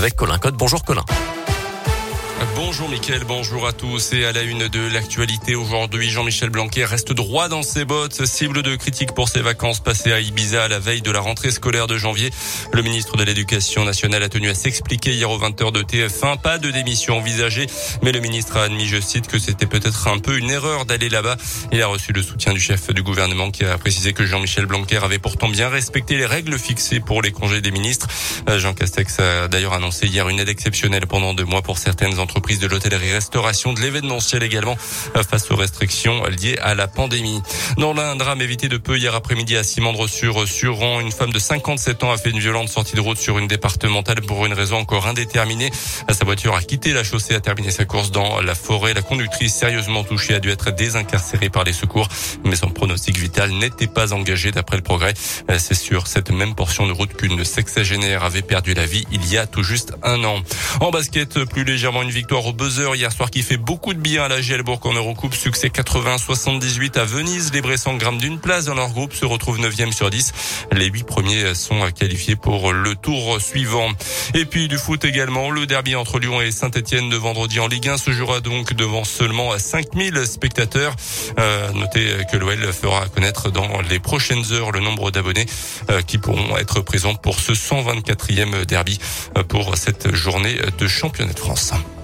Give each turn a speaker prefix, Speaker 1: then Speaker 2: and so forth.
Speaker 1: avec Colin Cotte. Bonjour Colin.
Speaker 2: Bonjour Mickaël, bonjour à tous. Et à la une de l'actualité aujourd'hui, Jean-Michel Blanquer reste droit dans ses bottes, cible de critiques pour ses vacances passées à Ibiza à la veille de la rentrée scolaire de janvier. Le ministre de l'Éducation nationale a tenu à s'expliquer hier aux 20h de TF1. Pas de démission envisagée, mais le ministre a admis, je cite, que c'était peut-être un peu une erreur d'aller là-bas. Il a reçu le soutien du chef du gouvernement qui a précisé que Jean-Michel Blanquer avait pourtant bien respecté les règles fixées pour les congés des ministres. Jean Castex a d'ailleurs annoncé hier une aide exceptionnelle pendant 2 mois pour certaines entreprises de l'hôtellerie-restauration, de l'événementiel également, face aux restrictions liées à la pandémie. Dans l'un drame évité de peu hier après-midi à Simandre-sur-Suran, une femme de 57 ans a fait une violente sortie de route sur une départementale pour une raison encore indéterminée. Sa voiture a quitté la chaussée, a terminé sa course dans la forêt. La conductrice, sérieusement touchée, a dû être désincarcérée par les secours, mais son pronostic vital n'était pas engagé d'après le Progrès. C'est sur cette même portion de route qu'une sexagénaire avait perdu la vie il y a tout juste 1 an. En basket, plus légèrement, une victoire au buzzer hier soir qui fait beaucoup de bien à la Gielbourg en Eurocoupe. Succès 80-78 à Venise. Les Bressans grimpent d'une place dans leur groupe, se retrouvent 9e sur 10. Les 8 premiers sont qualifiés pour le tour suivant. Et puis du foot également. Le derby entre Lyon et Saint-Etienne de vendredi en Ligue 1 se jouera donc devant seulement 5000 spectateurs. Notez que l'OL fera connaître dans les prochaines heures le nombre d'abonnés qui pourront être présents pour ce 124e derby pour cette journée de championnat de France.